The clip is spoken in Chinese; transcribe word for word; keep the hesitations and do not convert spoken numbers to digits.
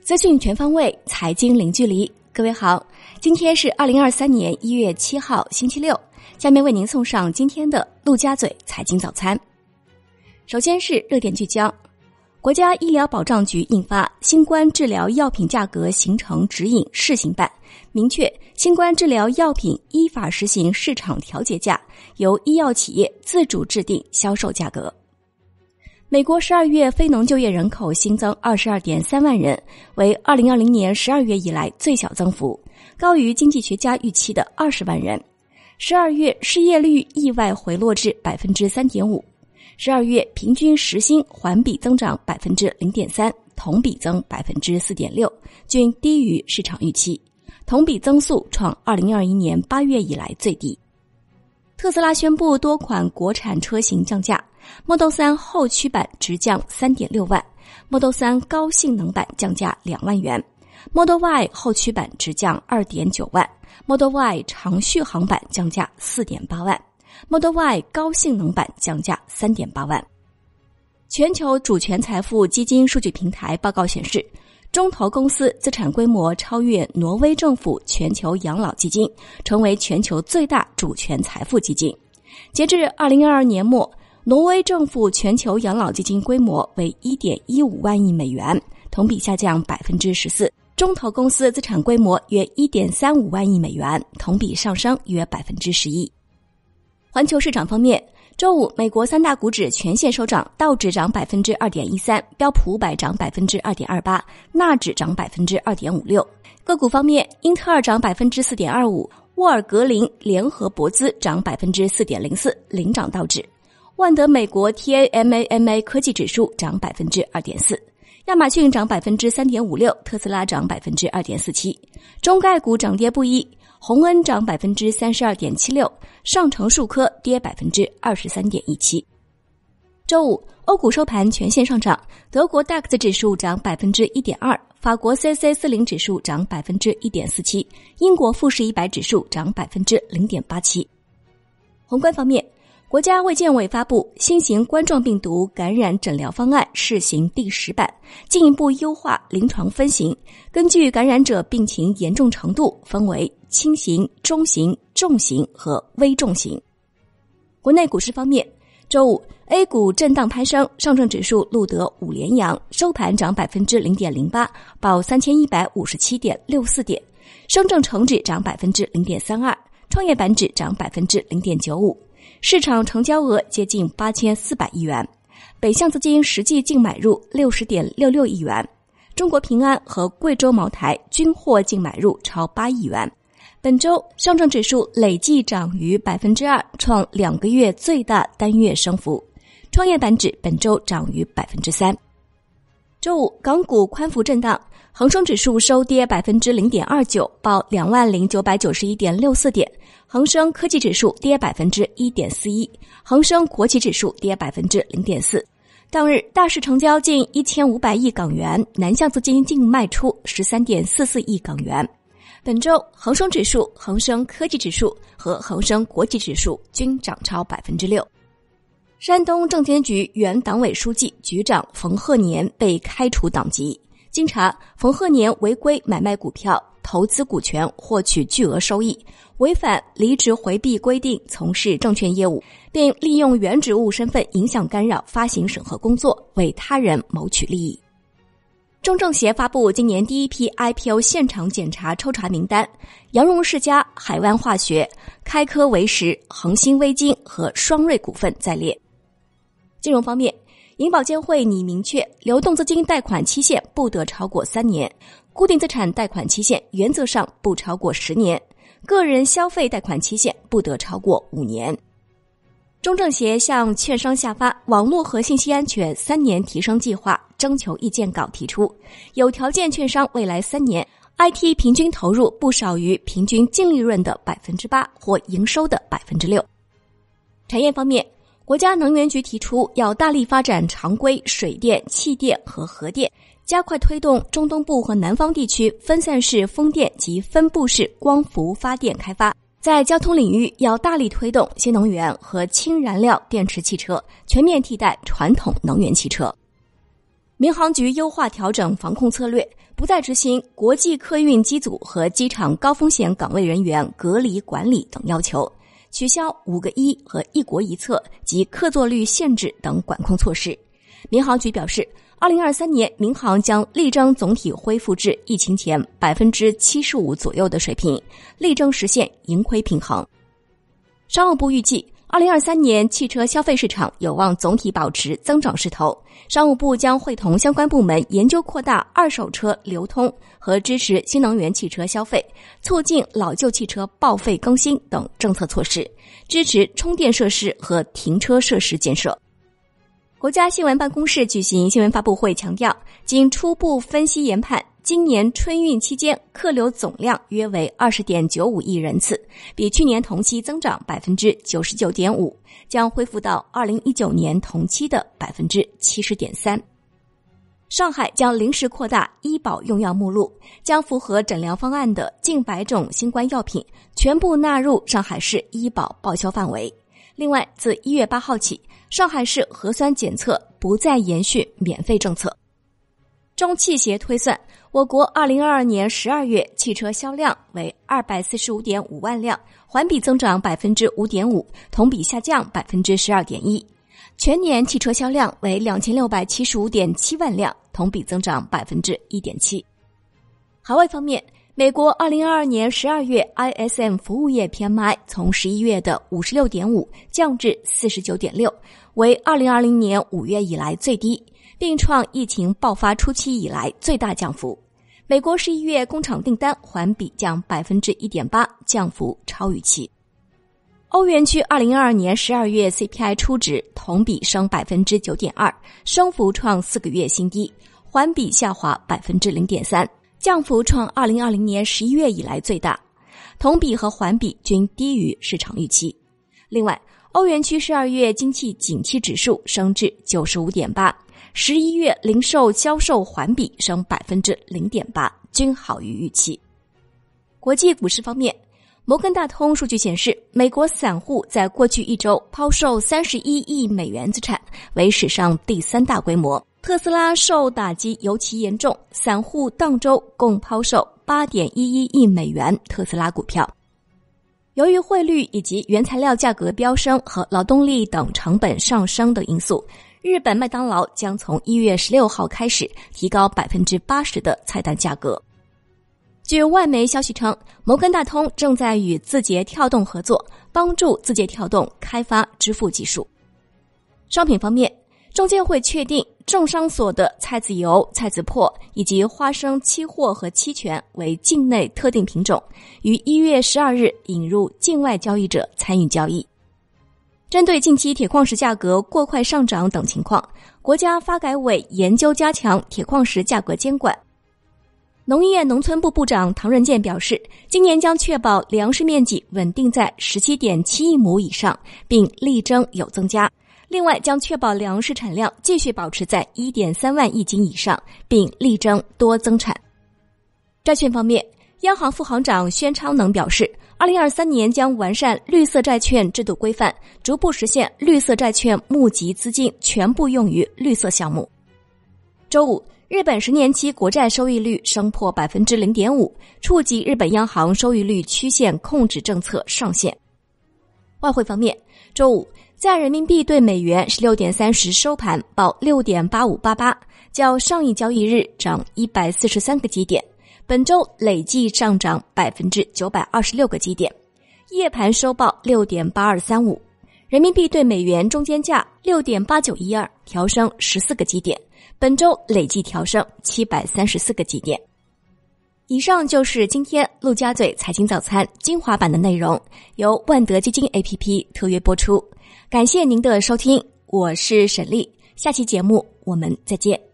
资讯全方位，财经零距离。各位好，今天是二零二三年一月七号星期六，下面为您送上今天的陆家嘴财经早餐。首先是热点聚焦，国家医疗保障局印发《新冠治疗药品价格形成指引试行版》，明确新冠治疗药品依法实行市场调节价，由医药企业自主制定销售价格。美国十二月非农就业人口新增 二十二点三万人，为二零二零年十二月以来最小增幅，高于经济学家预期的二十万人。十二月失业率意外回落至 百分之三点五， 十二月平均时薪环比增长 百分之零点三， 同比增 百分之四点六， 均低于市场预期，同比增速创二零二一年八月以来最低。特斯拉宣布多款国产车型降价， Model 三后驱版直降 三点六万， Model 三高性能版降价两万元， Model Y 后驱版直降 二点九万， Model Y 长续航版降价 四点八万， Model Y 高性能版降价 三点八万。全球主权财富基金数据平台报告显示，中投公司资产规模超越挪威政府全球养老基金，成为全球最大主权财富基金。截至二零二二年末，挪威政府全球养老基金规模为 一点一五万亿美元，同比下降 百分之十四。中投公司资产规模约 一点三五万亿美元，同比上升约 百分之十一。环球市场方面，周五美国三大股指全线收涨，道指涨 百分之二点一三， 标普五百涨 百分之二点二八， 纳指涨 百分之二点五六。个股方面，英特尔涨 百分之四点二五， 沃尔格林联合铂资涨 百分之四点零四， 领涨道指。万德美国 T A M A M A 科技指数涨 百分之二点四， 亚马逊涨 百分之三点五六， 特斯拉涨 百分之二点四七。中概股涨跌不一，宏恩涨 百分之三十二点七六， 上城数科跌 百分之二十三点一七。周五，欧股收盘全线上涨，德国 D A X 指数涨 百分之一点二， 法国 C C 四十 指数涨 百分之一点四七， 英国富时一百指数涨 百分之零点八七。宏观方面，国家卫健委发布新型冠状病毒感染诊疗方案试行第十版，进一步优化临床分型，根据感染者病情严重程度分为轻型、中型、重型和危重型。国内股市方面，周五 A 股震荡攀升，上证指数录得五连阳，收盘涨 百分之零点零八， 报三千一百五十七点六四点，深证成指涨 百分之零点三二， 创业板指涨 百分之零点九五。市场成交额接近八千四百亿元，北向资金实际净买入 六十点六六亿元，中国平安和贵州茅台均获净买入超八亿元。本周上证指数累计涨逾 百分之二， 创两个月最大单月升幅，创业板指本周涨逾 百分之三。周五港股宽幅震荡，恒生指数收跌 百分之零点二九， 报 两万零九百九十一点六四点，恒生科技指数跌 百分之一点四一， 恒生国企指数跌 百分之零点四。当日大市成交近一千五百亿港元，南向资金净卖出 十三点四四亿港元。本周恒生指数、恒生科技指数和恒生国企指数均涨超 百分之六。山东证监局原党委书记、局长冯鹤年被开除党籍。经查，冯鹤年违规买卖股票、投资股权获取巨额收益，违反离职回避规定从事证券业务，并利用原职务身份影响干扰发行审核工作，为他人谋取利益。中证协发布今年第一批 I P O 现场检查抽查名单，羊绒世家、海湾化学、开科为实、恒星微晶和双瑞股份在列。金融方面，银保监会拟明确流动资金贷款期限不得超过三年，固定资产贷款期限原则上不超过十年，个人消费贷款期限不得超过五年。中证协向券商下发网络和信息安全三年提升计划征求意见稿，提出有条件券商未来三年 I T 平均投入不少于平均净利润的 百分之八 或营收的 百分之六。产业方面，国家能源局提出要大力发展常规水电、气电和核电，加快推动中东部和南方地区分散式风电及分布式光伏发电开发。在交通领域，要大力推动新能源和氢燃料电池汽车全面替代传统能源汽车。 民航局优化调整防控策略，不再执行国际客运机组和机场高风险岗位人员隔离管理等要求，取消五个一和一国一策及客座率限制等管控措施。民航局表示，二零二三年民航将力争总体恢复至疫情前 百分之七十五 左右的水平，力争实现盈亏平衡。商务部预计二零二三年汽车消费市场有望总体保持增长势头，商务部将会同相关部门研究扩大二手车流通和支持新能源汽车消费，促进老旧汽车报废更新等政策措施，支持充电设施和停车设施建设。国家新闻办公室举行新闻发布会强调，经初步分析研判，今年春运期间客流总量约为 二十点九五亿人次，比去年同期增长 百分之九十九点五， 将恢复到二零一九年同期的 百分之七十点三。上海将临时扩大医保用药目录，将符合诊疗方案的近百种新冠药品全部纳入上海市医保报销范围。另外，自一月八号起，上海市核酸检测不再延续免费政策。中汽协推算，我国二零二二年十二月汽车销量为 二百四十五点五万辆，环比增长 百分之五点五， 同比下降 百分之十二点一。全年汽车销量为 两千六百七十五点七万辆，同比增长 百分之一点七。海外方面，美国二零二二年十二月 I S M 服务业 P M I 从十一月的 五十六点五 降至 四十九点六， 为二零二零年五月以来最低，并创疫情爆发初期以来最大降幅。美国十一月工厂订单环比降 百分之一点八， 降幅超预期。欧元区二零二二年十二月 C P I 初值同比升 百分之九点二， 升幅创四个月新低，环比下滑 百分之零点三， 降幅创二零二零年十一月以来最大，同比和环比均低于市场预期。另外，欧元区十二月经济景气指数升至 九十五点八， 十一月零售销售环比升 百分之零点八， 均好于预期。国际股市方面，摩根大通数据显示，美国散户在过去一周抛售三十一亿美元资产，为史上第三大规模。特斯拉受打击尤其严重，散户当周共抛售 八点一一亿美元特斯拉股票。由于汇率以及原材料价格飙升和劳动力等成本上升等因素，日本麦当劳将从一月十六号开始提高 百分之八十 的菜单价格。据外媒消息称，摩根大通正在与字节跳动合作，帮助字节跳动开发支付技术。商品方面，证监会确定证商所的菜籽油、菜籽粕以及花生期货和期权为境内特定品种，于一月十二日引入境外交易者参与交易。针对近期铁矿石价格过快上涨等情况，国家发改委研究加强铁矿石价格监管。农业农村部部长唐仁健表示，今年将确保粮食面积稳定在 十七点七亿亩以上，并力争有增加。另外，将确保粮食产量继续保持在 一点三万亿斤以上，并力争多增产。债券方面，央行副行长宣昌能表示，二零二三年将完善绿色债券制度规范，逐步实现绿色债券募集资金全部用于绿色项目。周五，日本十年期国债收益率升破 百分之零点五， 触及日本央行收益率曲线控制政策上限。外汇方面，周五在人民币对美元十六点三十收盘报 六点八五八八， 较上一交易日涨一百四十三个基点，本周累计上涨 百分之九百二十六个基点。夜盘收报 六点八二三五， 人民币对美元中间价 六点八九一二， 调升十四个基点，本周累计调升七百三十四个基点。以上就是今天陆家嘴财经早餐精华版的内容，由万德基金 A P P 特约播出。感谢您的收听，我是沈丽，下期节目我们再见。